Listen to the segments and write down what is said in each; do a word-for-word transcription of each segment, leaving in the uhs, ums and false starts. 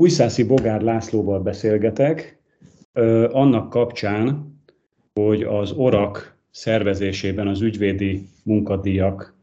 Újszászi Bogár Lászlóval beszélgetek, annak kapcsán, hogy az orak szervezésében az ügyvédi munkadíjak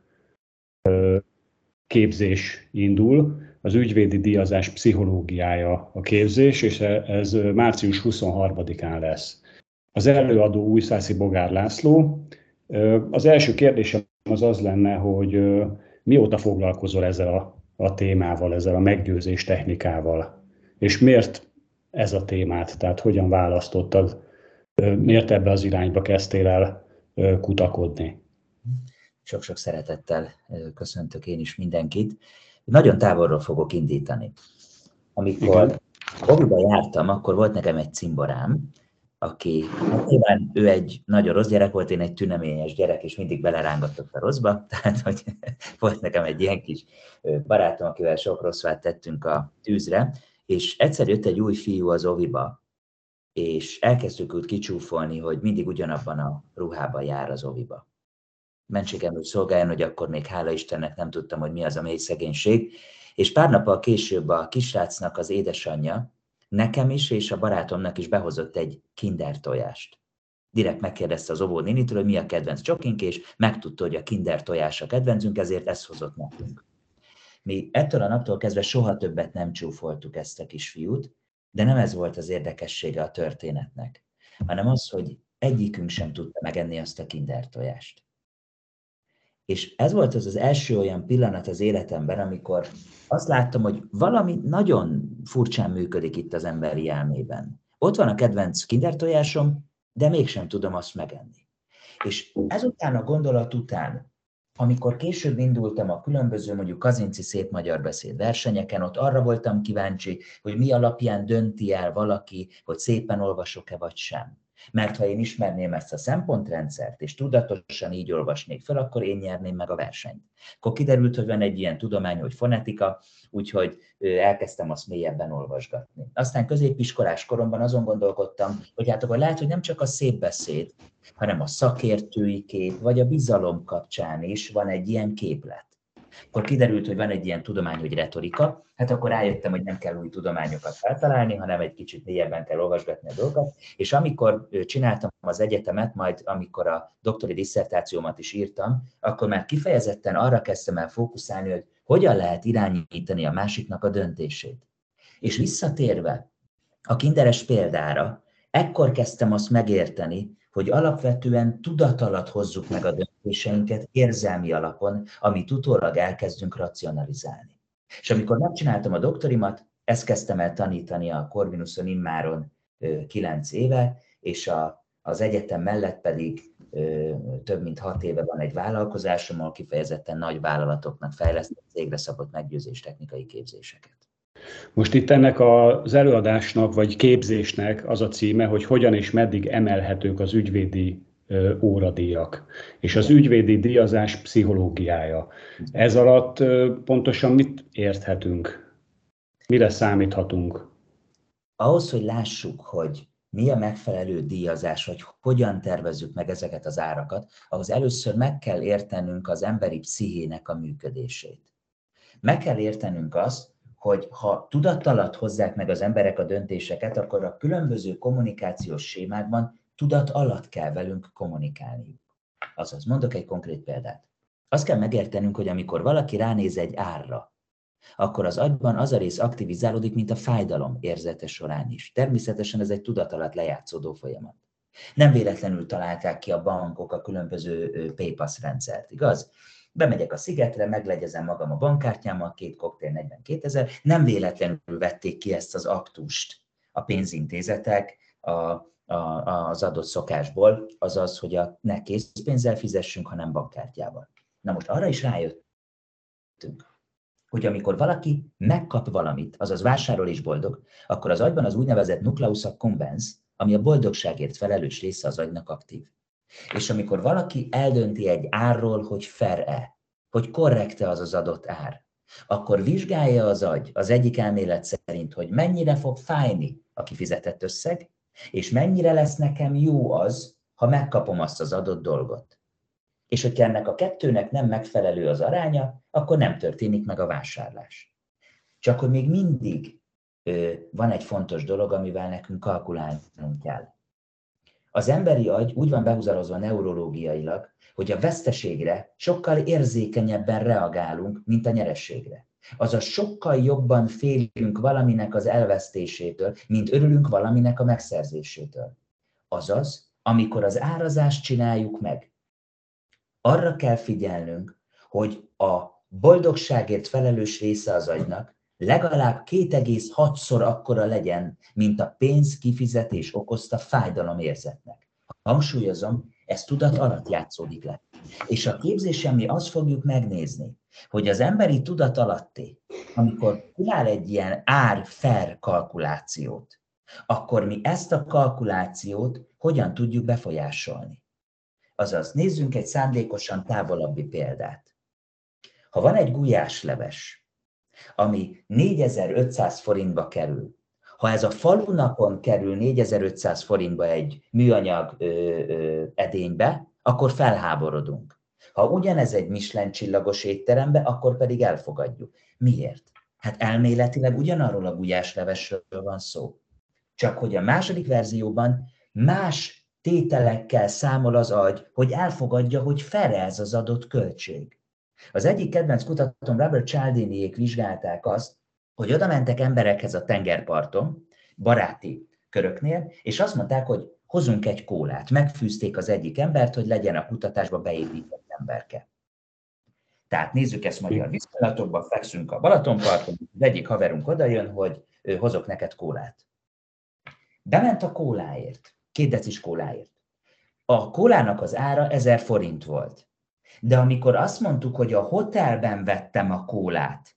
képzés indul, az ügyvédi díjazás pszichológiája a képzés, és ez március huszonharmadikán lesz. Az előadó Újszászi Bogár László. Az első kérdésem az az lenne, hogy mióta foglalkozol ezzel a, a témával, ezzel a meggyőzés technikával, és miért ez a témát, tehát hogyan választottad, miért ebbe az irányba kezdtél el kutakodni? Sok-sok szeretettel köszöntök én is mindenkit. Nagyon távolról fogok indítani. Amikor óviba jártam, akkor volt nekem egy cimborám, aki, hát nyilván ő egy nagyon rossz gyerek volt, én egy tüneményes gyerek, és mindig belerángatott a rosszba, tehát hogy volt nekem egy ilyen kis barátom, akivel sok rosszvát tettünk a tűzre, és egyszer jött egy új fiú az óviba, és elkezdtük őt kicsúfolni, hogy mindig ugyanabban a ruhában jár az óviba. Mentségemről szolgáljon, hogy akkor még hála Istennek nem tudtam, hogy mi az a mély szegénység, és pár nappal később a kisrácnak az édesanyja nekem is, és a barátomnak is behozott egy kinder tojást. Direkt megkérdezte az óvónénitől, hogy mi a kedvenc csokink, és megtudta, hogy a kinder tojás a kedvencünk, ezért ezt hozott nekünk. Mi ettől a naptól kezdve soha többet nem csúfoltuk ezt a kisfiút, de nem ez volt az érdekessége a történetnek, hanem az, hogy egyikünk sem tudta megenni azt a kinder tojást. És ez volt az az első olyan pillanat az életemben, amikor azt láttam, hogy valami nagyon furcsán működik itt az emberi elmében. Ott van a kedvenc kinder tojásom, de mégsem tudom azt megenni. És ezután a gondolat után, amikor később indultam a különböző mondjuk Kazinczy szép magyar beszéd versenyeken, ott arra voltam kíváncsi, hogy mi alapján dönti el valaki, hogy szépen olvasok-e vagy sem. Mert ha én ismerném ezt a szempontrendszert, és tudatosan így olvasnék fel, akkor én nyerném meg a versenyt. Akkor kiderült, hogy van egy ilyen tudomány, hogy fonetika, úgyhogy elkezdtem azt mélyebben olvasgatni. Aztán középiskolás koromban azon gondolkodtam, hogy hát akkor lehet, hogy nem csak a szép beszéd, hanem a szakértői kép, vagy a bizalom kapcsán is van egy ilyen képlet. Akkor kiderült, hogy van egy ilyen tudomány, hogy retorika, hát akkor rájöttem, hogy nem kell új tudományokat feltalálni, hanem egy kicsit mélyebben kell olvasgatni a dolgokat, és amikor csináltam az egyetemet, majd amikor a doktori disszertációmat is írtam, akkor már kifejezetten arra kezdtem el fókuszálni, hogy hogyan lehet irányítani a másiknak a döntését. És visszatérve a kinderes példára, ekkor kezdtem azt megérteni, hogy alapvetően tudat alatt hozzuk meg a döntéseinket érzelmi alapon, amit utólag elkezdünk racionalizálni. És amikor megcsináltam a doktorimat, ezt kezdtem el tanítani a Corvinuson immáron kilenc éve, és a, az egyetem mellett pedig ö, több mint hat éve van egy vállalkozásom, ahol kifejezetten nagy vállalatoknak fejlesztett cégre szabott meggyőzés technikai képzéseket. Most itt ennek az előadásnak, vagy képzésnek az a címe, hogy hogyan és meddig emelhetők az ügyvédi óradíjak, és az ügyvédi díjazás pszichológiája. Ez alatt pontosan mit érthetünk? Mire számíthatunk? Ahhoz, hogy lássuk, hogy mi a megfelelő díjazás, vagy hogyan tervezzük meg ezeket az árakat, ahhoz először meg kell értenünk az emberi pszichének a működését. Meg kell értenünk azt, hogy ha tudat alatt hozzák meg az emberek a döntéseket, akkor a különböző kommunikációs sémákban tudat alatt kell velünk kommunikálniuk. Azaz, mondok egy konkrét példát. Azt kell megértenünk, hogy amikor valaki ránéz egy árra, akkor az agyban az a rész aktivizálódik, mint a fájdalom érzete során is. Természetesen ez egy tudat alatt lejátszódó folyamat. Nem véletlenül találták ki a bankok a különböző PayPass rendszert, igaz? Bemegyek a szigetre, meglegyezem magam a bankkártyámmal, két koktél negyvenkétezer, nem véletlenül vették ki ezt az aktust a pénzintézetek a, a, az adott szokásból, azaz, hogy a, ne készpénzzel fizessünk, hanem bankkártyával. Na most arra is rájöttünk, hogy amikor valaki megkap valamit, azaz vásárol és boldog, akkor az agyban az úgynevezett nucleus accumbens, ami a boldogságért felelős része az agynak aktív. És amikor valaki eldönti egy árról, hogy fair-e, hogy korrekt-e az az adott ár, akkor vizsgálja az agy az egyik elmélet szerint, hogy mennyire fog fájni a kifizetett összeg, és mennyire lesz nekem jó az, ha megkapom azt az adott dolgot. És hogyha ennek a kettőnek nem megfelelő az aránya, akkor nem történik meg a vásárlás. Csak hogy még mindig van egy fontos dolog, amivel nekünk kalkulálnunk kell. Az emberi agy úgy van behúzalozva neurológiailag, hogy a veszteségre sokkal érzékenyebben reagálunk, mint a nyerességre. Azaz sokkal jobban félünk valaminek az elvesztésétől, mint örülünk valaminek a megszerzésétől. Azaz, amikor az árazást csináljuk meg, arra kell figyelnünk, hogy a boldogságért felelős része az agynak legalább két egész hatszor akkora legyen, mint a pénz kifizetés okozta fájdalomérzetnek. Hangsúlyozom, ez tudat alatt játszódik le. És a képzésen mi azt fogjuk megnézni, hogy az emberi tudat alatti, amikor csinál egy ilyen ár-fer kalkulációt, akkor mi ezt a kalkulációt hogyan tudjuk befolyásolni. Azaz, nézzünk egy szándékosan távolabbi példát. Ha van egy gulyásleves, ami négyezer-ötszáz forintba kerül, ha ez a falunapon kerül négyezer-ötszáz forintba egy műanyag ö, ö, edénybe, akkor felháborodunk. Ha ugyanez egy Michelin csillagos étterembe, akkor pedig elfogadjuk. Miért? Hát elméletileg ugyanarról a gulyáslevesről van szó. Csak hogy a második verzióban más tételekkel számol az agy, hogy elfogadja, hogy fair ez az adott költség. Az egyik kedvenc kutatom, Robert Cialdiniék vizsgálták azt, hogy oda mentek emberekhez a tengerparton, baráti köröknél, és azt mondták, hogy hozunk egy kólát. Megfűzték az egyik embert, hogy legyen a kutatásba beépített emberke. Tehát nézzük ezt magyar viszonylatokban, fekszünk a Balatonparton, az egyik haverunk odajön, hogy hozok neked kólát. Bement a kóláért, két decis kóláért. A kólának az ára ezer forint volt. De amikor azt mondtuk, hogy a hotelben vettem a kólát,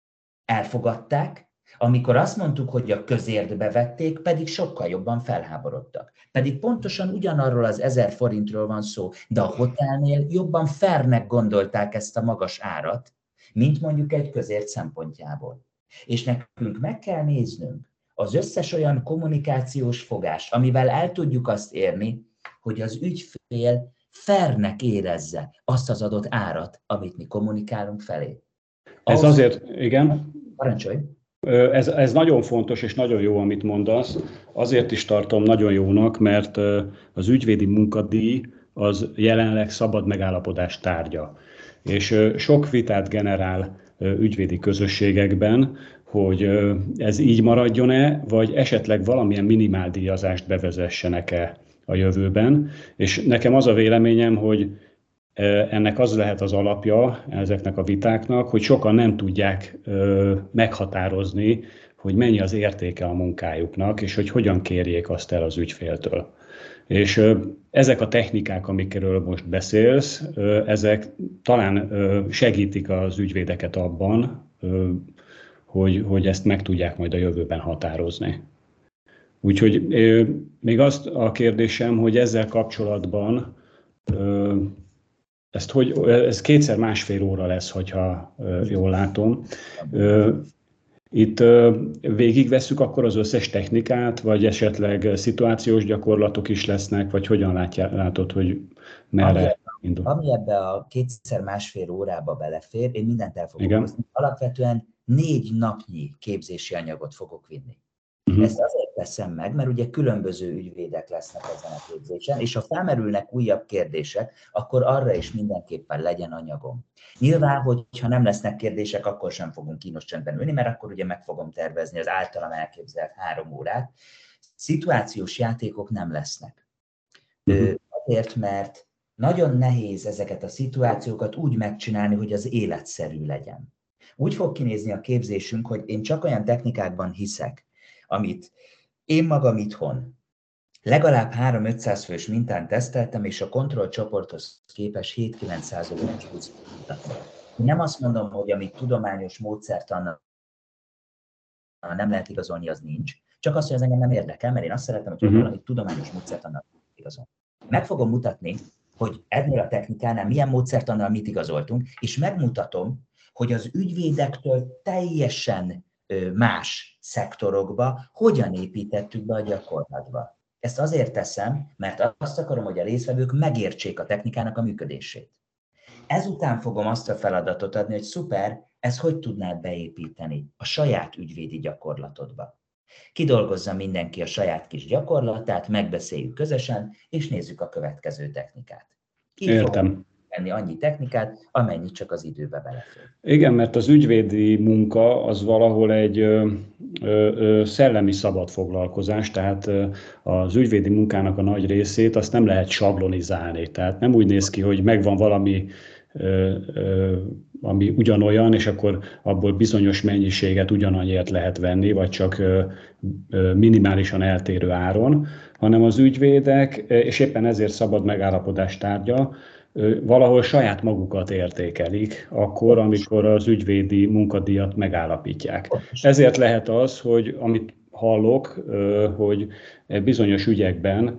elfogadták, amikor azt mondtuk, hogy a közértbe vették, pedig sokkal jobban felháborodtak. Pedig pontosan ugyanarról az ezer forintról van szó, de a hotelnél jobban fairnek gondolták ezt a magas árat, mint mondjuk egy közért szempontjából. És nekünk meg kell néznünk az összes olyan kommunikációs fogást, amivel el tudjuk azt érni, hogy az ügyfél fairnek érezze azt az adott árat, amit mi kommunikálunk felé. Ez Ahhoz, azért, igen. Parancsolj! Ez, ez nagyon fontos és nagyon jó, amit mondasz. Azért is tartom nagyon jónak, mert az ügyvédi munkadíj az jelenleg szabad megállapodás tárgya. És sok vitát generál ügyvédi közösségekben, hogy ez így maradjon-e, vagy esetleg valamilyen minimáldiazást bevezessenek-e a jövőben. És nekem az a véleményem, hogy ennek az lehet az alapja ezeknek a vitáknak, hogy sokan nem tudják meghatározni, hogy mennyi az értéke a munkájuknak, és hogy hogyan kérjék azt el az ügyféltől. És ezek a technikák, amikről most beszélsz, ezek talán segítik az ügyvédeket abban, hogy, hogy ezt meg tudják majd a jövőben határozni. Úgyhogy még azt a kérdésem, hogy ezzel kapcsolatban ezt hogy, ez kétszer másfél óra lesz, hogyha jól látom. Itt végigvesszük akkor az összes technikát, vagy esetleg szituációs gyakorlatok is lesznek, vagy hogyan látja, látod, hogy merre indul? Ami ebbe a kétszer másfél órába belefér, én mindent el fogok hozni. Alapvetően négy napnyi képzési anyagot fogok vinni. Uh-huh. Ezt azért teszem meg, mert ugye különböző ügyvédek lesznek ezen a képzésen, és ha felmerülnek újabb kérdések, akkor arra is mindenképpen legyen anyagom. Nyilván, hogyha nem lesznek kérdések, akkor sem fogunk kínos csendben ülni, mert akkor ugye meg fogom tervezni az általam elképzelt három órát. Szituációs játékok nem lesznek. Uh-huh. Azért, mert nagyon nehéz ezeket a szituációkat úgy megcsinálni, hogy az életszerű legyen. Úgy fog kinézni a képzésünk, hogy én csak olyan technikákban hiszek, amit én magam itthon legalább három-ötszáz fős mintán teszteltem, és a kontrollcsoporthoz képes hét-kilenc százalékos plusz mutatni. Nem azt mondom, hogy amit tudományos módszertannal nem lehet igazolni, az nincs, csak azt, hogy ez engem nem érdekel, mert én azt szeretem, hogy uh-huh. valamit tudományos módszertannal igazolni. Meg fogom mutatni, hogy ennél a technikánál milyen módszertannal mit igazoltunk, és megmutatom, hogy az ügyvédektől teljesen más szektorokba hogyan építettük be a gyakorlatba. Ezt azért teszem, mert azt akarom, hogy a résztvevők megértsék a technikának a működését. ezután fogom azt a feladatot adni, hogy szuper, ezt hogy tudnád beépíteni a saját ügyvédi gyakorlatodba. Kidolgozza mindenki a saját kis gyakorlatát, megbeszéljük közösen, és nézzük a következő technikát. Így Értem. Tenni annyi technikát, amennyit csak az időbe belefér. Igen, mert az ügyvédi munka az valahol egy ö, ö, szellemi szabad foglalkozás, tehát ö, az ügyvédi munkának a nagy részét azt nem lehet sablonizálni. Tehát nem úgy néz ki, hogy megvan valami, ö, ö, ami ugyanolyan, és akkor abból bizonyos mennyiséget ugyanannyiért lehet venni, vagy csak ö, ö, minimálisan eltérő áron, hanem az ügyvédek, és éppen ezért szabad megállapodás tárgya, valahol saját magukat értékelik akkor, amikor az ügyvédi munkadíjat megállapítják. Ezért lehet az, hogy amit hallok, hogy bizonyos ügyekben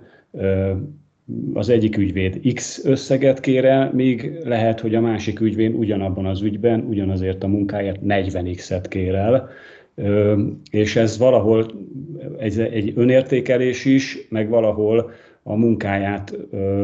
az egyik ügyvéd X összeget kér el, míg lehet, hogy a másik ügyvéd ugyanabban az ügyben, ugyanazért a munkáért negyven X-et kér el, és ez valahol egy, egy önértékelés is, meg valahol a munkáját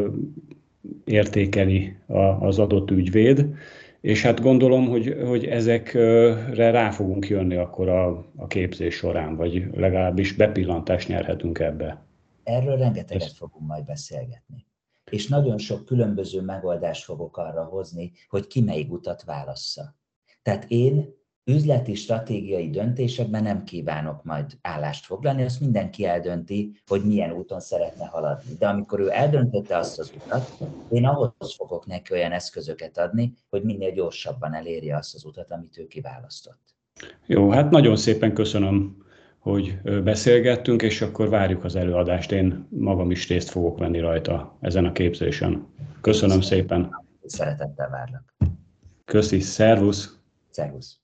értékeli az adott ügyvéd, és hát gondolom, hogy, hogy ezekre rá fogunk jönni akkor a, a képzés során, vagy legalábbis bepillantást nyerhetünk ebbe. Erről rengeteget Ezt... fogunk majd beszélgetni. És nagyon sok különböző megoldást fogok arra hozni, hogy ki melyik utat válassza. Tehát én üzleti, stratégiai döntésekben nem kívánok majd állást foglalni, azt mindenki eldönti, hogy milyen úton szeretne haladni. De amikor ő eldöntötte azt az utat, én ahhoz fogok neki olyan eszközöket adni, hogy minél gyorsabban elérje azt az utat, amit ő kiválasztott. Jó, hát nagyon szépen köszönöm, hogy beszélgettünk, és akkor várjuk az előadást. Én magam is részt fogok venni rajta ezen a képzésen. Köszönöm szépen. Szeretettel várlak. Köszi, szervusz. Szervusz.